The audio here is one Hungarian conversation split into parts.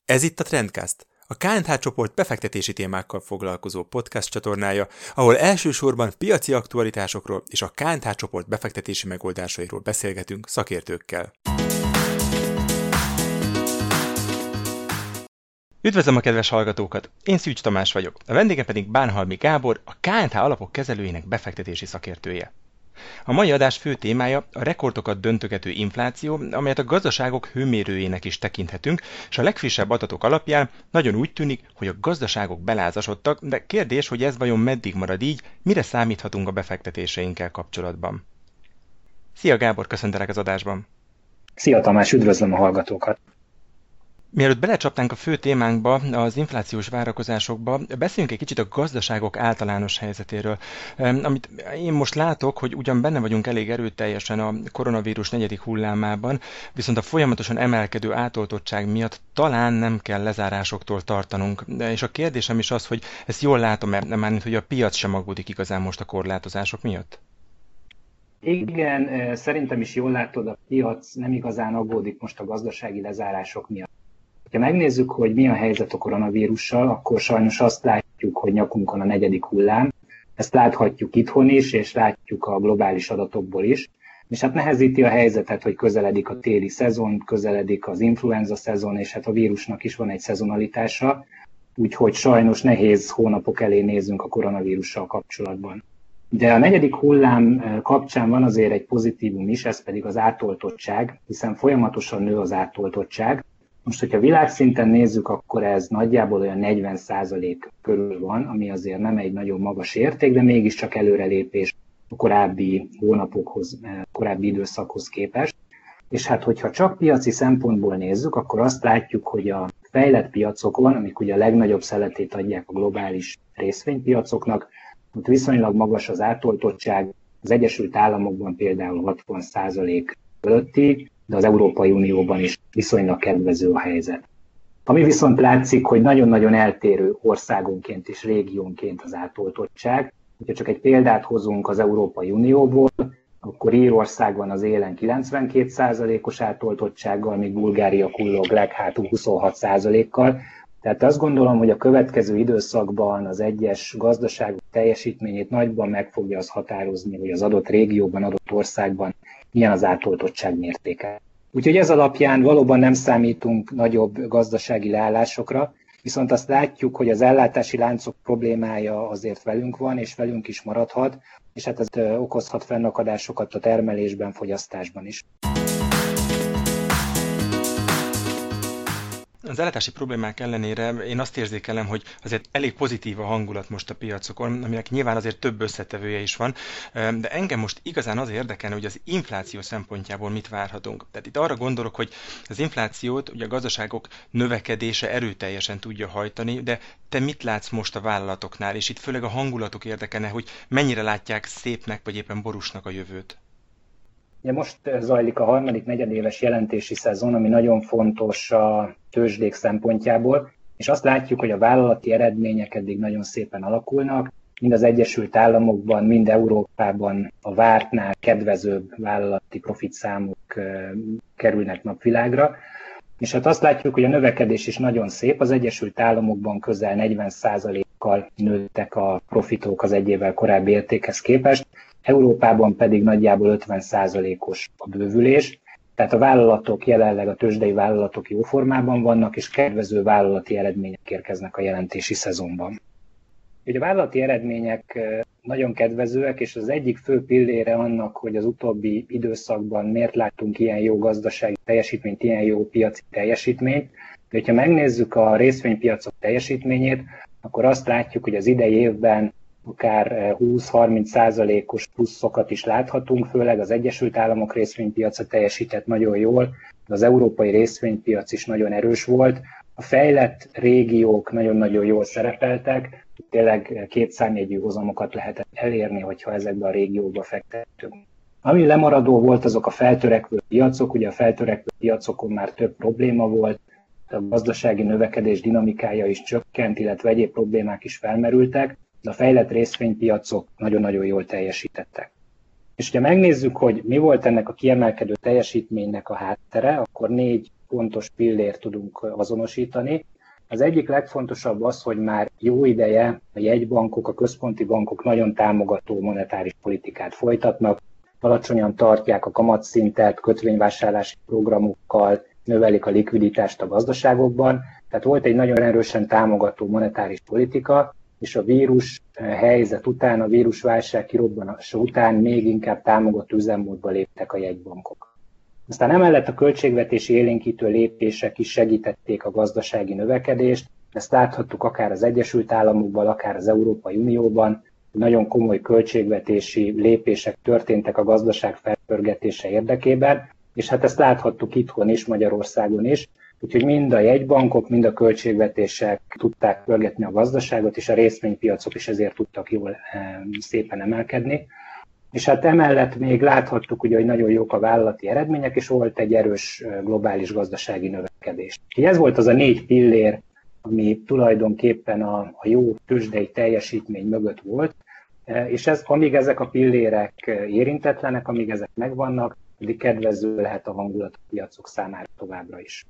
Ez itt a Trendcast, a K&H csoport befektetési témákkal foglalkozó podcast csatornája, ahol elsősorban piaci aktualitásokról és a K&H csoport befektetési megoldásairól beszélgetünk szakértőkkel. Üdvözlöm a kedves hallgatókat! Én Szűcs Tamás vagyok, a vendégem pedig Bánhalmi Gábor, a K&H alapok kezelőjének befektetési szakértője. A mai adás fő témája a rekordokat döntögető infláció, amelyet a gazdaságok hőmérőjének is tekinthetünk, és a legfrissebb adatok alapján nagyon úgy tűnik, hogy a gazdaságok belázasodtak, de kérdés, hogy ez vajon meddig marad így, mire számíthatunk a befektetéseinkkel kapcsolatban. Szia Gábor, köszöntelek az adásban! Szia Tamás, üdvözlöm a hallgatókat! Mielőtt belecsapnánk a fő témánkba, az inflációs várakozásokba, beszéljünk egy kicsit a gazdaságok általános helyzetéről. Amit én most látok, hogy ugyan benne vagyunk elég erőteljesen a koronavírus negyedik hullámában, viszont a folyamatosan emelkedő átoltottság miatt talán nem kell lezárásoktól tartanunk. És a kérdésem is az, hogy ezt jól látom-e, mármint hogy a piac sem aggódik igazán most a korlátozások miatt? Igen, szerintem is jól látod, a piac nem igazán aggódik most a gazdasági lezárások miatt. Ha megnézzük, hogy mi a helyzet a koronavírussal, akkor sajnos azt látjuk, hogy nyakunkon a negyedik hullám. Ezt láthatjuk itthon is, és látjuk a globális adatokból is. És hát nehezíti a helyzetet, hogy közeledik a téli szezon, közeledik az influenza szezon, és hát a vírusnak is van egy szezonalitása. Úgyhogy sajnos nehéz hónapok elé nézünk a koronavírussal kapcsolatban. De a negyedik hullám kapcsán van azért egy pozitívum is, ez pedig az átoltottság, hiszen folyamatosan nő az átoltottság. Most, hogyha világszinten nézzük, akkor ez nagyjából olyan 40% körül van, ami azért nem egy nagyon magas érték, de mégiscsak előrelépés a korábbi hónapokhoz, korábbi időszakhoz képest. És hát, hogyha csak piaci szempontból nézzük, akkor azt látjuk, hogy a fejlett piacokon, amik ugye a legnagyobb szeletét adják a globális részvénypiacoknak, ott viszonylag magas az átoltottság, az Egyesült Államokban például 60% fölötti, de az Európai Unióban is viszonylag kedvező a helyzet. Ami viszont látszik, hogy nagyon-nagyon eltérő országonként és régiónként az átoltottság. Ha csak egy példát hozunk az Európai Unióból, akkor Írországban az élen 92%-os átoltottsággal, míg Bulgária kullog leghátul 26%-kal. Tehát azt gondolom, hogy a következő időszakban az egyes gazdaságok teljesítményét nagyban meg fogja az határozni, hogy az adott régióban, adott országban milyen az átoltottság mértéke. Úgyhogy ez alapján valóban nem számítunk nagyobb gazdasági leállásokra, viszont azt látjuk, hogy az ellátási láncok problémája azért velünk van, és velünk is maradhat, és hát ez okozhat fennakadásokat a termelésben, fogyasztásban is. Az ellátási problémák ellenére én azt érzékelem, hogy azért elég pozitív a hangulat most a piacokon, aminek nyilván azért több összetevője is van, de engem most igazán az érdekelne, hogy az infláció szempontjából mit várhatunk. Tehát itt arra gondolok, hogy az inflációt ugye a gazdaságok növekedése erőteljesen tudja hajtani, de te mit látsz most a vállalatoknál, és itt főleg a hangulatok érdekelne, hogy mennyire látják szépnek vagy éppen borúsnak a jövőt? Ja, most zajlik a harmadik negyedéves jelentési szezon, ami nagyon fontos a tőzsdék szempontjából, és azt látjuk, hogy a vállalati eredmények eddig nagyon szépen alakulnak, mind az Egyesült Államokban, mind Európában a vártnál kedvezőbb vállalati profitszámok kerülnek napvilágra. És hát azt látjuk, hogy a növekedés is nagyon szép, az Egyesült Államokban közel 40%-kal nőttek a profitok az egy évvel korábbi értékhez képest, Európában pedig nagyjából 50%-os a bővülés, tehát a vállalatok jelenleg, a tőzsdei vállalatok jó formában vannak, és kedvező vállalati eredmények érkeznek a jelentési szezonban. Ugye a vállalati eredmények nagyon kedvezőek, és az egyik fő pillére annak, hogy az utóbbi időszakban miért láttunk ilyen jó gazdasági teljesítményt, ilyen jó piaci teljesítményt. De ha megnézzük a részvénypiacok teljesítményét, akkor azt látjuk, hogy az idei évben akár 20-30%-os pluszokat is láthatunk, főleg az Egyesült Államok részvénypiaca teljesített nagyon jól, az európai részvénypiac is nagyon erős volt. A fejlett régiók nagyon-nagyon jól szerepeltek, tényleg kétszámjegyű hozamokat lehetett elérni, hogyha ezekbe a régiókba fektettünk. Ami lemaradó volt, azok a feltörekvő piacok, ugye a feltörekvő piacokon már több probléma volt, a gazdasági növekedés dinamikája is csökkent, illetve egyéb problémák is felmerültek, de a fejlett részvénypiacok nagyon-nagyon jól teljesítettek. És ha megnézzük, hogy mi volt ennek a kiemelkedő teljesítménynek a háttere, akkor 4 fontos pillért tudunk azonosítani. Az egyik legfontosabb az, hogy már jó ideje a jegybankok, a központi bankok nagyon támogató monetáris politikát folytatnak, alacsonyan tartják a kamatszintet, kötvényvásárlási programokkal növelik a likviditást a gazdaságokban. Tehát volt egy nagyon erősen támogató monetáris politika, és a vírus helyzet után, a vírusválság kirobbanása után még inkább támogató üzemmódba léptek a jegybankok. Aztán emellett a költségvetési élénkítő lépések is segítették a gazdasági növekedést. Ezt láthattuk akár az Egyesült Államokban, akár az Európai Unióban. Nagyon komoly költségvetési lépések történtek a gazdaság felpörgetése érdekében, és hát ezt láthattuk itthon is, Magyarországon is. Úgyhogy mind a jegybankok, mind a költségvetések tudták pörgetni a gazdaságot, és a részvénypiacok is ezért tudtak jól szépen emelkedni. És hát emellett még láthattuk, ugye, hogy nagyon jók a vállalati eredmények, és volt egy erős globális gazdasági növekedés. Ez volt az a 4 pillér, ami tulajdonképpen a jó tőzsdei teljesítmény mögött volt, és amíg ezek a pillérek érintetlenek, amíg ezek megvannak, addig kedvező lehet a hangulat a piacok számára továbbra is.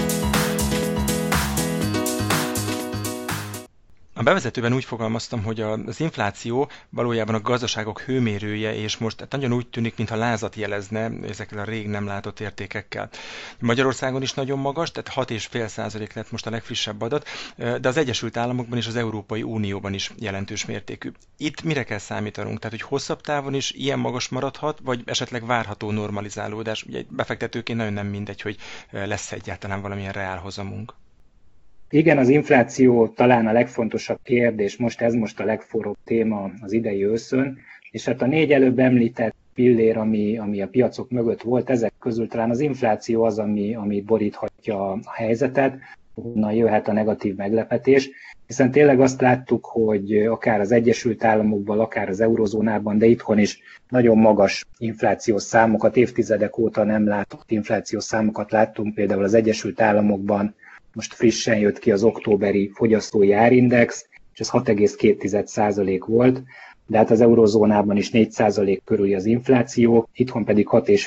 A bevezetőben úgy fogalmaztam, hogy az infláció valójában a gazdaságok hőmérője, és most nagyon úgy tűnik, mintha lázat jelezne ezekkel a rég nem látott értékekkel. Magyarországon is nagyon magas, tehát 6,5% lett most a legfrissebb adat, de az Egyesült Államokban és az Európai Unióban is jelentős mértékű. Itt mire kell számítanunk? Tehát, hogy hosszabb távon is ilyen magas maradhat, vagy esetleg várható normalizálódás? Ugye befektetőként nagyon nem mindegy, hogy lesz egyáltalán valamilyen reálhozamunk. Igen, az infláció talán a legfontosabb kérdés, most a legforróbb téma az idei őszön, és hát a 4 előbb említett pillér, ami a piacok mögött volt, ezek közül talán az infláció az, ami boríthatja a helyzetet, honnan jöhet a negatív meglepetés, hiszen tényleg azt láttuk, hogy akár az Egyesült Államokban, akár az eurozónában, de itthon is nagyon magas inflációs számokat, évtizedek óta nem látott inflációs számokat láttunk, például az Egyesült Államokban. Most frissen jött ki az októberi fogyasztói árindex, és ez 6,2% volt, de hát az eurozónában is 4% körüli az infláció, itthon pedig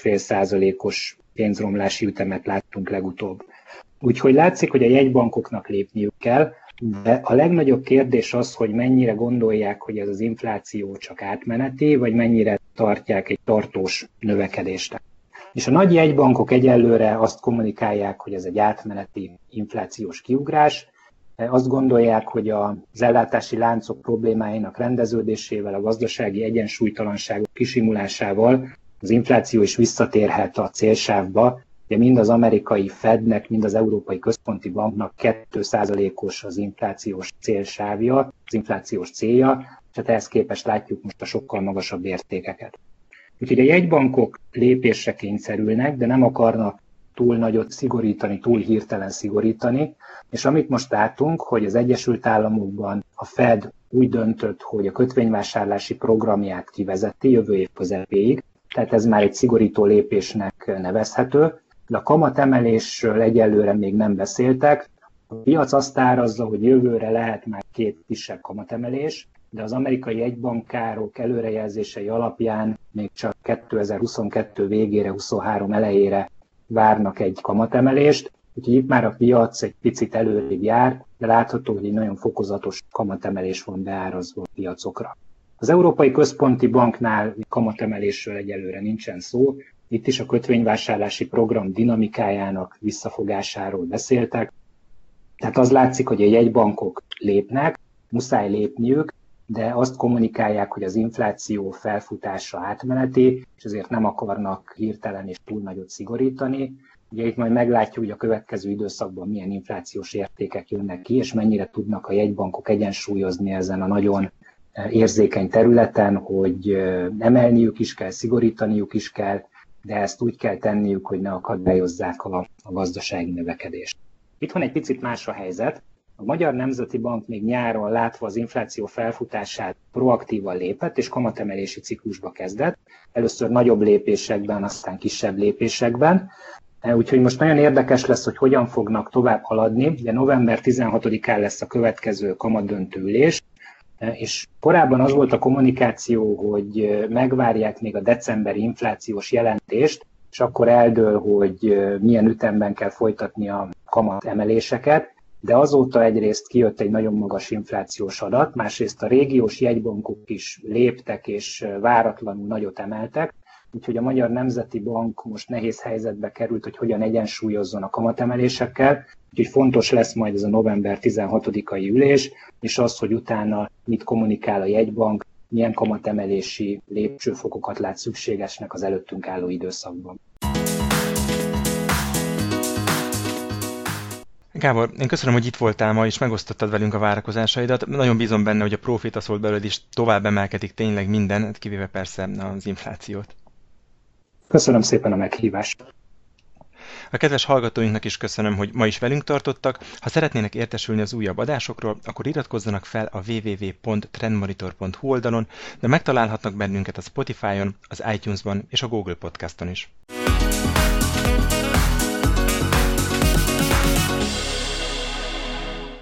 6,5%-os pénzromlási ütemet láttunk legutóbb. Úgyhogy látszik, hogy a jegybankoknak lépniük kell, de a legnagyobb kérdés az, hogy mennyire gondolják, hogy ez az infláció csak átmeneti, vagy mennyire tartják egy tartós növekedést. És a nagy jegybankok egyelőre azt kommunikálják, hogy ez egy átmeneti inflációs kiugrás. Azt gondolják, hogy az ellátási láncok problémáinak rendeződésével, a gazdasági egyensúlytalanságok kisimulásával az infláció is visszatérhet a célsávba. Ugye mind az amerikai Fednek, mind az Európai Központi Banknak 2%-os az inflációs célsávja, az inflációs célja, és hát ehhez képest látjuk most a sokkal magasabb értékeket. Úgyhogy a jegybankok lépésre kényszerülnek, de nem akarnak túl nagyot szigorítani, túl hirtelen szigorítani, és amit most látunk, hogy az Egyesült Államokban a Fed úgy döntött, hogy a kötvényvásárlási programját kivezeti jövő év közepéig, tehát ez már egy szigorító lépésnek nevezhető, de a kamatemelésről egyelőre még nem beszéltek. A piac azt árazza, hogy jövőre lehet már 2 kisebb kamatemelés, de az amerikai jegybankárok előrejelzései alapján még csak 2022 végére, 23 elejére várnak egy kamatemelést, úgyhogy itt már a piac egy picit előrébb jár, de látható, hogy egy nagyon fokozatos kamatemelés van beárazva a piacokra. Az Európai Központi Banknál kamatemelésről egyelőre nincsen szó, itt is a kötvényvásárlási program dinamikájának visszafogásáról beszéltek, tehát az látszik, hogy a jegybankok lépnek, muszáj lépniük, de azt kommunikálják, hogy az infláció felfutása átmeneti, és ezért nem akarnak hirtelen és túl nagyot szigorítani. Ugye itt majd meglátjuk, hogy a következő időszakban milyen inflációs értékek jönnek ki, és mennyire tudnak a jegybankok egyensúlyozni ezen a nagyon érzékeny területen, hogy emelniük is kell, szigorítaniuk is kell, de ezt úgy kell tenniük, hogy ne akadályozzák a gazdasági növekedést. Itt van egy picit más a helyzet. A Magyar Nemzeti Bank még nyáron látva az infláció felfutását proaktívan lépett, és kamatemelési ciklusba kezdett. Először nagyobb lépésekben, aztán kisebb lépésekben. Úgyhogy most nagyon érdekes lesz, hogy hogyan fognak tovább haladni. Ugye november 16-án lesz a következő kamatdöntő ülés, és korábban az volt a kommunikáció, hogy megvárják még a decemberi inflációs jelentést, és akkor eldől, hogy milyen ütemben kell folytatni a kamat emeléseket, de azóta egyrészt kijött egy nagyon magas inflációs adat, másrészt a régiós jegybankok is léptek és váratlanul nagyot emeltek, úgyhogy a Magyar Nemzeti Bank most nehéz helyzetbe került, hogy hogyan egyensúlyozzon a kamatemelésekkel, úgyhogy fontos lesz majd ez a november 16-ai ülés, és az, hogy utána mit kommunikál a jegybank, milyen kamatemelési lépcsőfokokat lát szükségesnek az előttünk álló időszakban. Gábor, én köszönöm, hogy itt voltál ma, és megosztottad velünk a várakozásaidat. Nagyon bízom benne, hogy a proféta szólt belőled is tovább emelkedik tényleg minden, kivéve persze az inflációt. Köszönöm szépen a meghívást! A kedves hallgatóinknak is köszönöm, hogy ma is velünk tartottak. Ha szeretnének értesülni az újabb adásokról, akkor iratkozzanak fel a www.trendmonitor.hu oldalon, de megtalálhatnak bennünket a Spotify-on, az iTunes-ban és a Google Podcast-on is.